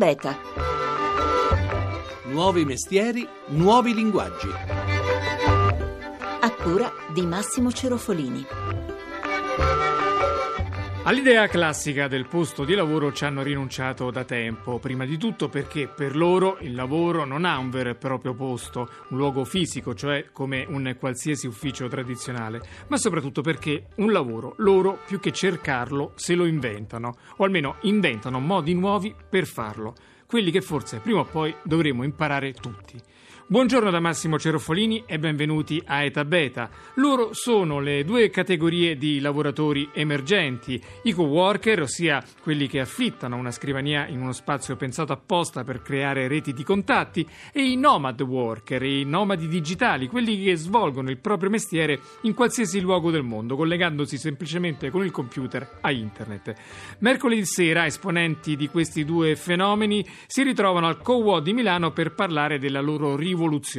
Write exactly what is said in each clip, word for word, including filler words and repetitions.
Beta. Nuovi mestieri, nuovi linguaggi. A cura di Massimo Cerofolini. All'idea classica del posto di lavoro ci hanno rinunciato da tempo, prima di tutto perché per loro il lavoro non ha un vero e proprio posto, un luogo fisico, cioè come un qualsiasi ufficio tradizionale, ma soprattutto perché un lavoro loro, più che cercarlo, se lo inventano, o almeno inventano modi nuovi per farlo, quelli che forse prima o poi dovremo imparare tutti. Buongiorno da Massimo Cerofolini e benvenuti a Eta Beta. Loro sono le due categorie di lavoratori emergenti, i coworker, ossia quelli che affittano una scrivania in uno spazio pensato apposta per creare reti di contatti, e i nomad worker, i nomadi digitali, quelli che svolgono il proprio mestiere in qualsiasi luogo del mondo, collegandosi semplicemente con il computer a internet. Mercoledì sera esponenti di questi due fenomeni si ritrovano al CoWo di Milano per parlare della loro rivoluzione.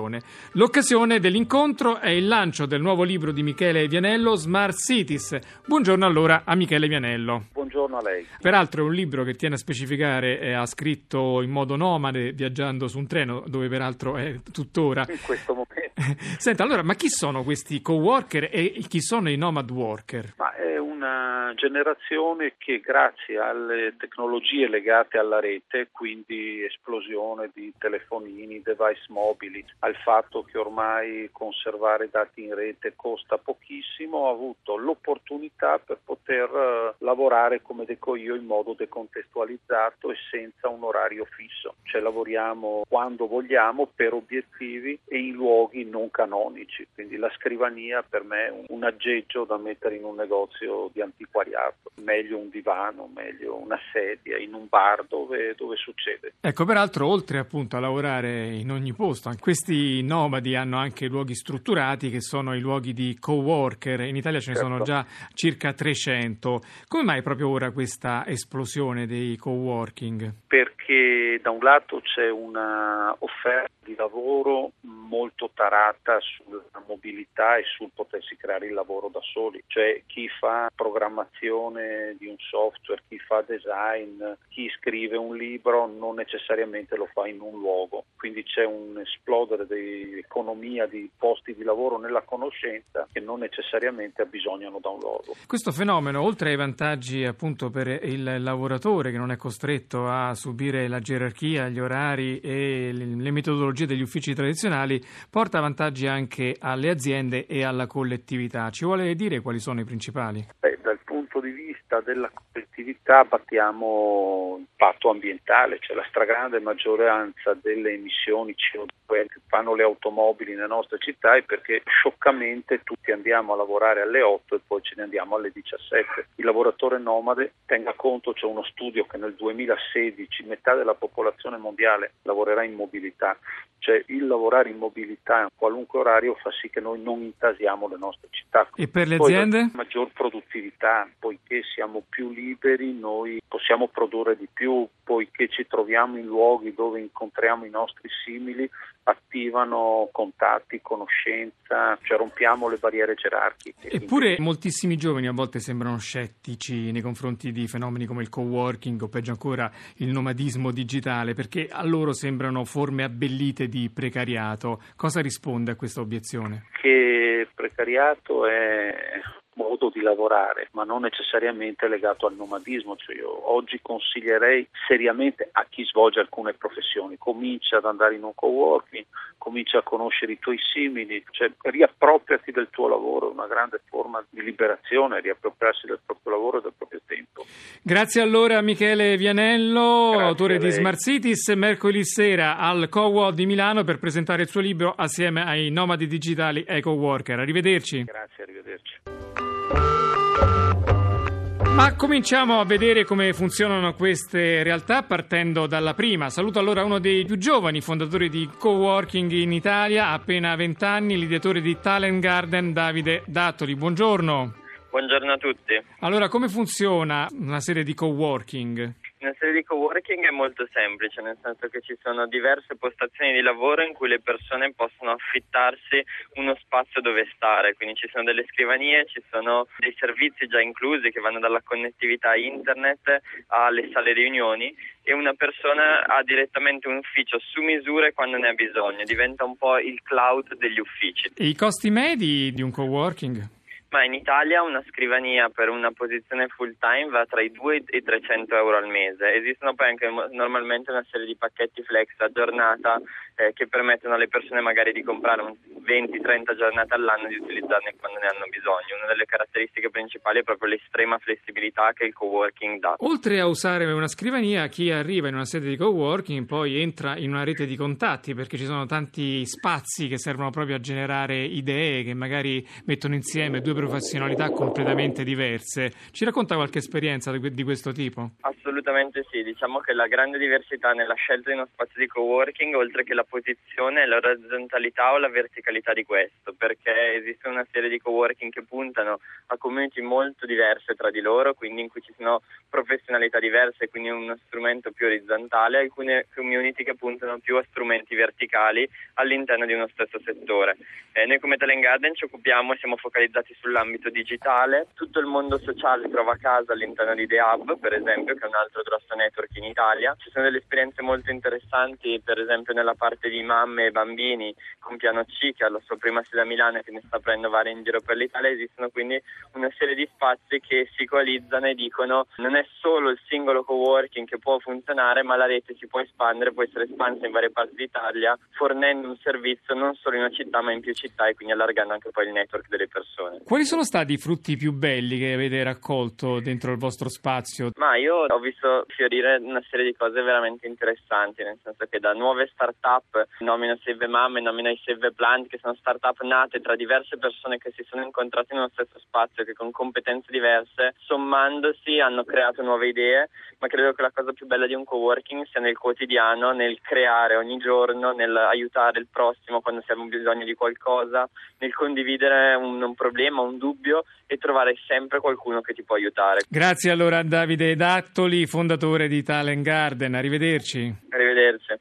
L'occasione dell'incontro è il lancio del nuovo libro di Michele Vianello, Smart Cities. Buongiorno allora a Michele Vianello. Buongiorno a lei. Peraltro è un libro che tiene a specificare, eh, ha scritto in modo nomade, viaggiando su un treno, dove peraltro è tuttora. In questo momento. Senta, allora, ma chi sono questi coworker e chi sono i nomad worker? Ma è una generazione che grazie alle tecnologie legate alla rete, quindi esplosione di telefonini, device mobili, al fatto che ormai conservare dati in rete costa pochissimo, ha avuto l'opportunità per poter uh, lavorare, come dico io, in modo decontestualizzato e senza un orario fisso. Cioè lavoriamo quando vogliamo, per obiettivi e in luoghi non canonici. Quindi la scrivania per me è un, un aggeggio da mettere in un negozio di antiquariato. Meglio un divano, meglio una sedia in un bar dove, dove succede. Ecco, peraltro, oltre appunto a lavorare in ogni posto, questi nomadi hanno anche luoghi strutturati che sono i luoghi di coworker. In Italia ce ne Certo. sono già circa trecento. Come mai proprio ora questa esplosione dei coworking? Perché da un lato c'è una offerta di lavoro molto tarata sulla mobilità e sul potersi creare il lavoro da soli, cioè chi fa programmazione di un software, chi fa design, chi scrive un libro non necessariamente lo fa in un luogo, quindi c'è un esplodere di economia, di posti di lavoro nella conoscenza che non necessariamente abbisognano da un luogo. Questo fenomeno, oltre ai vantaggi appunto per il lavoratore che non è costretto a subire la gerarchia, gli orari e le metodologie degli uffici tradizionali, porta vantaggi anche alle aziende e alla collettività. Ci vuole dire quali sono i principali? Beh, dal punto di vista della collettività battiamo il patto ambientale, cioè la stragrande maggioranza delle emissioni C O due che fanno le automobili nelle nostre città è perché scioccamente tutti andiamo a lavorare alle otto e poi ce ne andiamo alle diciassette. Il lavoratore nomade, tenga conto, c'è uno studio che nel duemilasedici metà della popolazione mondiale lavorerà in mobilità. Cioè il lavorare in mobilità a qualunque orario fa sì che noi non intasiamo le nostre città. E per le Poi aziende? Maggior produttività, poiché siamo più liberi, noi possiamo produrre di più, poiché ci troviamo in luoghi dove incontriamo i nostri simili, attivano contatti, conoscenza, cioè rompiamo le barriere gerarchiche. Eppure moltissimi giovani a volte sembrano scettici nei confronti di fenomeni come il coworking o peggio ancora il nomadismo digitale, perché a loro sembrano forme abbellite di precariato. Cosa risponde a questa obiezione? Che precariato è modo di lavorare, ma non necessariamente legato al nomadismo. Cioè io oggi consiglierei seriamente a chi svolge alcune professioni: comincia ad andare in un coworking, comincia a conoscere i tuoi simili, cioè riappropriati del tuo lavoro, è una grande forma di liberazione, riappropriarsi del proprio lavoro e del proprio tempo. Grazie allora a Michele Vianello, Grazie autore di a lei. Smart Cities, mercoledì sera al CoWo di Milano per presentare il suo libro assieme ai nomadi digitali e ai coworker. Arrivederci. Grazie, arrivederci. Ma cominciamo a vedere come funzionano queste realtà partendo dalla prima. Saluto allora uno dei più giovani fondatori di coworking in Italia, ha appena venti anni, l'ideatore di Talent Garden, Davide Dattoli. Buongiorno. Buongiorno a tutti. Allora, come funziona una serie di coworking? Una sede di coworking è molto semplice, nel senso che ci sono diverse postazioni di lavoro in cui le persone possono affittarsi uno spazio dove stare, quindi ci sono delle scrivanie, ci sono dei servizi già inclusi che vanno dalla connettività internet alle sale riunioni e una persona ha direttamente un ufficio su misura quando ne ha bisogno, diventa un po' il cloud degli uffici. E i costi medi di un coworking? Ma in Italia una scrivania per una posizione full time va tra i duecento e i trecento euro al mese. Esistono poi anche normalmente una serie di pacchetti flex a giornata eh, che permettono alle persone magari di comprare un venti trenta giornate all'anno e di utilizzarne quando ne hanno bisogno. Una delle caratteristiche principali è proprio l'estrema flessibilità che il coworking dà. Oltre a usare una scrivania, chi arriva in una sede di coworking poi entra in una rete di contatti, perché ci sono tanti spazi che servono proprio a generare idee che magari mettono insieme due professionalità completamente diverse. Ci racconta qualche esperienza di questo tipo? Assolutamente sì, diciamo che la grande diversità nella scelta di uno spazio di coworking, oltre che la posizione, è l'orizzontalità o la verticalità di questo, perché esiste una serie di coworking che puntano a community molto diverse tra di loro, quindi in cui ci sono professionalità diverse, quindi uno strumento più orizzontale, alcune community che puntano più a strumenti verticali all'interno di uno stesso settore. Eh, noi come Talent Garden ci occupiamo e siamo focalizzati sull'ambito digitale. Tutto il mondo sociale trova casa all'interno di The Hub, per esempio, che è un altro grosso network in Italia. Ci sono delle esperienze molto interessanti, per esempio nella parte di mamme e bambini con Piano C, che ha la sua prima sede a Milano e che ne sta aprendo varie in giro per l'Italia. Esistono quindi una serie di spazi che si coalizzano e dicono non è solo il singolo coworking che può funzionare, ma la rete si può espandere, può essere espansa in varie parti d'Italia, fornendo un servizio non solo in una città ma in più città e quindi allargando anche poi il network delle persone. Quali sono stati i frutti più belli che avete raccolto dentro il vostro spazio? Ma io ho visto fiorire una serie di cose veramente interessanti, nel senso che da nuove start-up, nomino Save Mame, nomino i Save Plant, che sono start-up nate tra diverse persone che si sono incontrate in uno stesso spazio, che con competenze diverse, sommandosi, hanno creato nuove idee, ma credo che la cosa più bella di un coworking sia nel quotidiano, nel creare ogni giorno, nel aiutare il prossimo quando si ha bisogno di qualcosa, nel condividere un, un problema, un dubbio e trovare sempre qualcuno che ti può aiutare. Grazie allora a Davide Dattoli, fondatore di Talent Garden. Arrivederci. Arrivederci.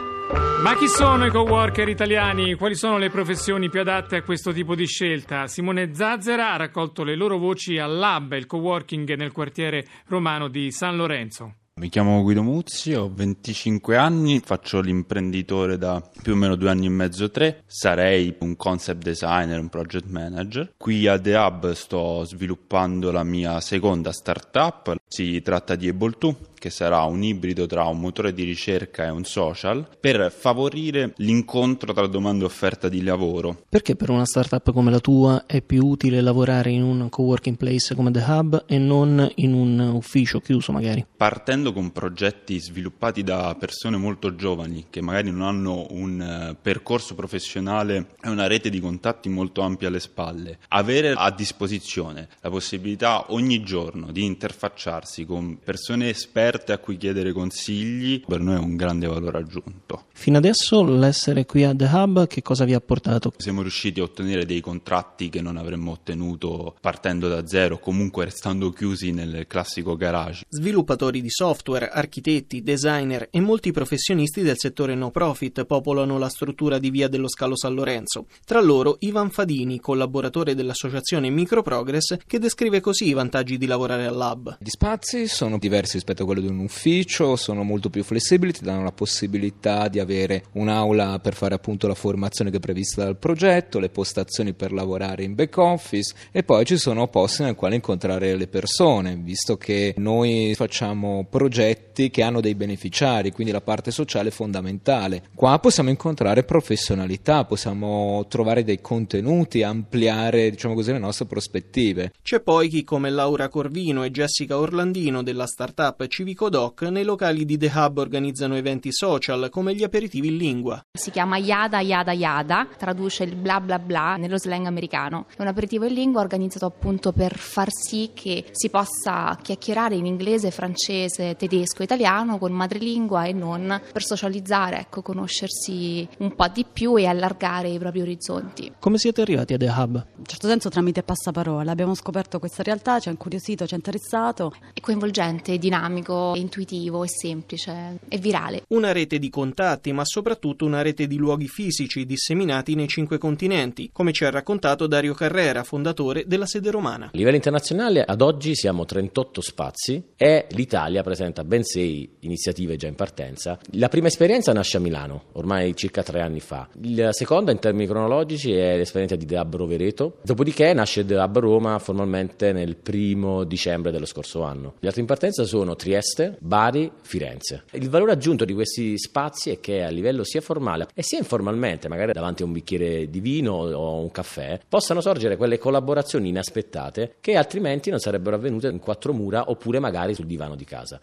Ma chi sono i coworker italiani? Quali sono le professioni più adatte a questo tipo di scelta? Simone Zazzera ha raccolto le loro voci al Lab, il coworking nel quartiere romano di San Lorenzo. Mi chiamo Guido Muzzi, ho venticinque anni, faccio l'imprenditore da più o meno due anni e mezzo, tre. Sarei un concept designer, un project manager. Qui a The Hub sto sviluppando la mia seconda startup. Si tratta di Able due, che sarà un ibrido tra un motore di ricerca e un social, per favorire l'incontro tra domanda e offerta di lavoro. Perché per una startup come la tua è più utile lavorare in un coworking place come The Hub e non in un ufficio chiuso magari? Partendo con progetti sviluppati da persone molto giovani che magari non hanno un uh, percorso professionale e una rete di contatti molto ampia alle spalle, avere a disposizione la possibilità ogni giorno di interfacciarsi con persone esperte a cui chiedere consigli, per noi è un grande valore aggiunto. Fino adesso l'essere qui a The Hub che cosa vi ha portato? Siamo riusciti a ottenere dei contratti che non avremmo ottenuto partendo da zero, comunque restando chiusi nel classico garage. Sviluppatori di software, architetti, designer e molti professionisti del settore no profit popolano la struttura di Via dello Scalo San Lorenzo. Tra loro Ivan Fadini, collaboratore dell'associazione Microprogress, che descrive così i vantaggi di lavorare al Lab. Gli spazi sono diversi rispetto a quello di un ufficio, sono molto più flessibili, ti danno la possibilità di avere un'aula per fare appunto la formazione che è prevista dal progetto, le postazioni per lavorare in back office e poi ci sono posti nel quale incontrare le persone, visto che noi facciamo progetti che hanno dei beneficiari, quindi la parte sociale è fondamentale. Qua possiamo incontrare professionalità, possiamo trovare dei contenuti, ampliare, diciamo così, le nostre prospettive. C'è poi chi come Laura Corvino e Jessica Orlandino della startup Civico Doc nei locali di The Hub organizzano eventi social come gli aperitivi in lingua. Si chiama Yada Yada Yada, traduce il bla bla bla nello slang americano. È un aperitivo in lingua organizzato appunto per far sì che si possa chiacchierare in inglese, francese, tedesco e italiano con madrelingua e non, per socializzare, ecco, conoscersi un po' di più e allargare i propri orizzonti. Come siete arrivati a The Hub? In un certo senso tramite passaparola, abbiamo scoperto questa realtà, ci ha incuriosito, ci ha interessato. È coinvolgente, dinamico, intuitivo, è semplice, è virale. Una rete di contatti, ma soprattutto una rete di luoghi fisici disseminati nei cinque continenti, come ci ha raccontato Dario Carrera, fondatore della sede romana. A livello internazionale ad oggi siamo trentotto spazi e l'Italia presenta ben sei iniziative già in partenza. La prima esperienza nasce a Milano, ormai circa tre anni fa. La seconda in termini cronologici è l'esperienza di The Hub Rovereto, dopodiché nasce The Hub Roma formalmente nel primo dicembre dello scorso anno. Gli altri in partenza sono Trieste, Bari, Firenze. Il valore aggiunto di questi spazi è che a livello sia formale e sia informalmente, magari davanti a un bicchiere di vino o un caffè, possano sorgere quelle collaborazioni inaspettate che altrimenti non sarebbero avvenute in quattro mura oppure magari sul divano di casa.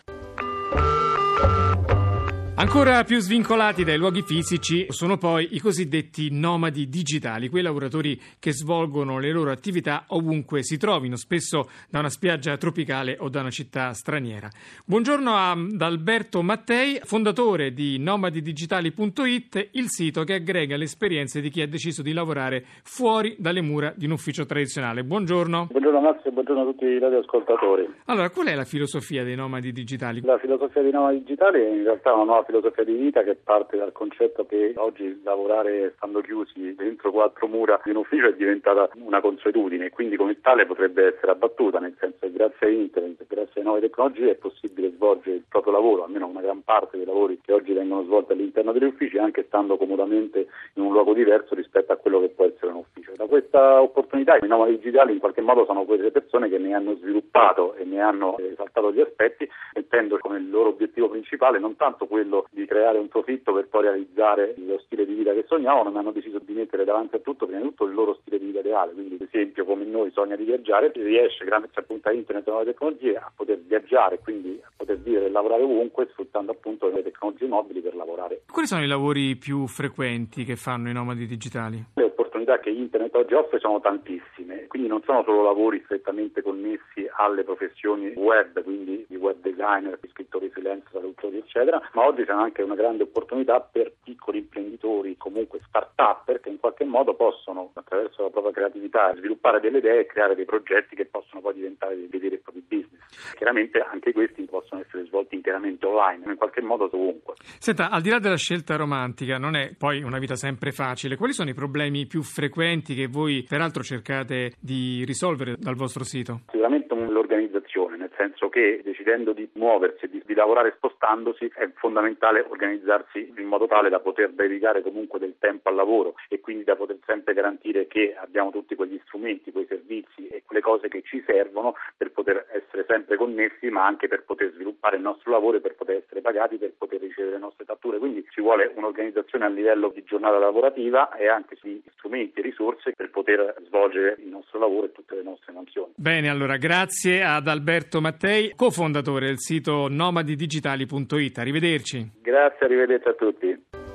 Ancora più svincolati dai luoghi fisici sono poi i cosiddetti nomadi digitali, quei lavoratori che svolgono le loro attività ovunque si trovino, spesso da una spiaggia tropicale o da una città straniera. Buongiorno ad Alberto Mattei, fondatore di nomadi digitali punto it, il sito che aggrega le esperienze di chi ha deciso di lavorare fuori dalle mura di un ufficio tradizionale. Buongiorno. Buongiorno Max e buongiorno a tutti i radioascoltatori. Allora, qual è la filosofia dei nomadi digitali? La filosofia dei nomadi digitali è in realtà una nuova filosofia di vita che parte dal concetto che oggi lavorare stando chiusi dentro quattro mura di un ufficio è diventata una consuetudine e quindi come tale potrebbe essere abbattuta, nel senso che grazie a internet, grazie alle nuove tecnologie è possibile svolgere il proprio lavoro, almeno una gran parte dei lavori che oggi vengono svolti all'interno degli uffici, anche stando comodamente in un luogo diverso rispetto a quello che può essere un ufficio. Da questa opportunità i nomadi digitali in qualche modo sono quelle persone che ne hanno sviluppato e ne hanno esaltato gli aspetti, mettendo come il loro obiettivo principale non tanto quello di creare un profitto per poi realizzare lo stile di vita che sognavano, ma hanno deciso di mettere davanti a tutto, prima di tutto, il loro stile di vita ideale. Quindi, ad esempio, come noi sogna di viaggiare, riesce, grazie appunto a internet e nuove tecnologie, a poter viaggiare, quindi a poter vivere e lavorare ovunque, sfruttando appunto le tecnologie mobili per lavorare. Quali sono i lavori più frequenti che fanno i nomadi digitali? Le opportunità che internet oggi offre sono tantissime, quindi non sono solo lavori strettamente connessi alle professioni web, quindi di web designer, di scrittori freelance, traduttori eccetera, ma oggi c'è anche una grande opportunità per piccoli imprenditori, comunque start-upper, che in qualche modo possono attraverso la propria creatività sviluppare delle idee e creare dei progetti che possono poi diventare dei veri e propri business. Chiaramente anche questi possono essere svolti interamente online, in qualche modo ovunque. Senta, al di là della scelta romantica, non è poi una vita sempre facile. Quali sono i problemi più frequenti che voi peraltro cercate di risolvere dal vostro sito? Sicuramente l'organizzazione, nel senso che decidendo di muoversi, di, di lavorare spostandosi, è fondamentale organizzarsi in modo tale da poter dedicare comunque del tempo al lavoro e quindi da poter sempre garantire che abbiamo tutti quegli strumenti, quei servizi e quelle cose che ci servono per poter essere sempre connessi, ma anche per poter sviluppare il nostro lavoro e per poter essere pagati, per poter ricevere le nostre fatture. Quindi ci vuole un'organizzazione a livello di giornata lavorativa e anche di strumenti e risorse per poter svolgere il nostro lavoro e tutte le nostre mansioni. Bene, allora grazie ad Alberto Mattei, cofondatore del sito nomadi digitali punto it. Arrivederci. Grazie, arrivederci a tutti.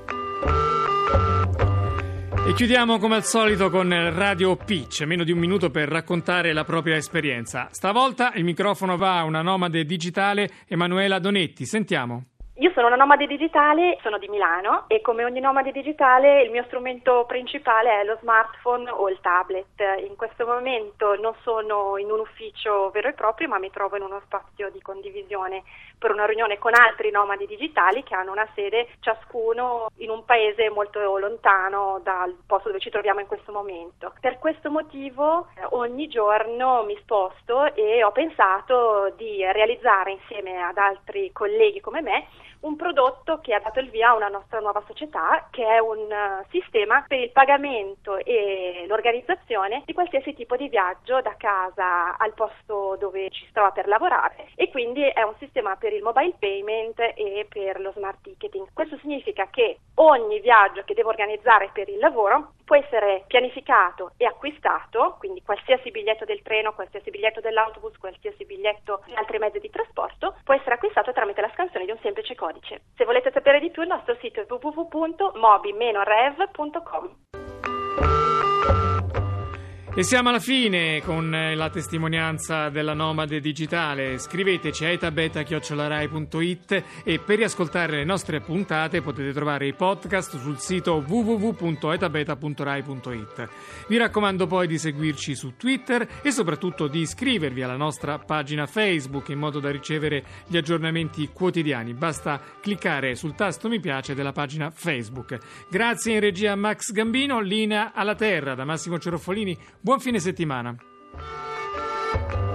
E chiudiamo come al solito con Radio Pitch, meno di un minuto per raccontare la propria esperienza. Stavolta il microfono va a una nomade digitale, Emanuela Donetti. Sentiamo. Io sono una nomade digitale, sono di Milano e come ogni nomade digitale il mio strumento principale è lo smartphone o il tablet. In questo momento non sono in un ufficio vero e proprio, ma mi trovo in uno spazio di condivisione per una riunione con altri nomadi digitali che hanno una sede ciascuno in un paese molto lontano dal posto dove ci troviamo in questo momento. Per questo motivo eh, ogni giorno mi sposto e ho pensato di realizzare insieme ad altri colleghi come me un prodotto che ha dato il via a una nostra nuova società, che è un uh, sistema per il pagamento e l'organizzazione di qualsiasi tipo di viaggio da casa al posto dove ci stava per lavorare, e quindi è un sistema per il mobile payment e per lo smart ticketing. Questo significa che ogni viaggio che devo organizzare per il lavoro può essere pianificato e acquistato, quindi qualsiasi biglietto del treno, qualsiasi biglietto dell'autobus, qualsiasi biglietto di altri mezzi di trasporto può essere acquistato tramite la scansione di un semplice codice. Se volete sapere di più, il nostro sito è w w w punto mobi rev punto com. E siamo alla fine con la testimonianza della nomade digitale. Scriveteci a etabeta chiocciola rai punto it e per riascoltare le nostre puntate potete trovare i podcast sul sito w w w punto etabeta punto rai punto it. Vi raccomando poi di seguirci su Twitter e soprattutto di iscrivervi alla nostra pagina Facebook in modo da ricevere gli aggiornamenti quotidiani. Basta cliccare sul tasto mi piace della pagina Facebook. Grazie in regia a Max Gambino, linea alla terra da Massimo Cerofolini. Buon fine settimana.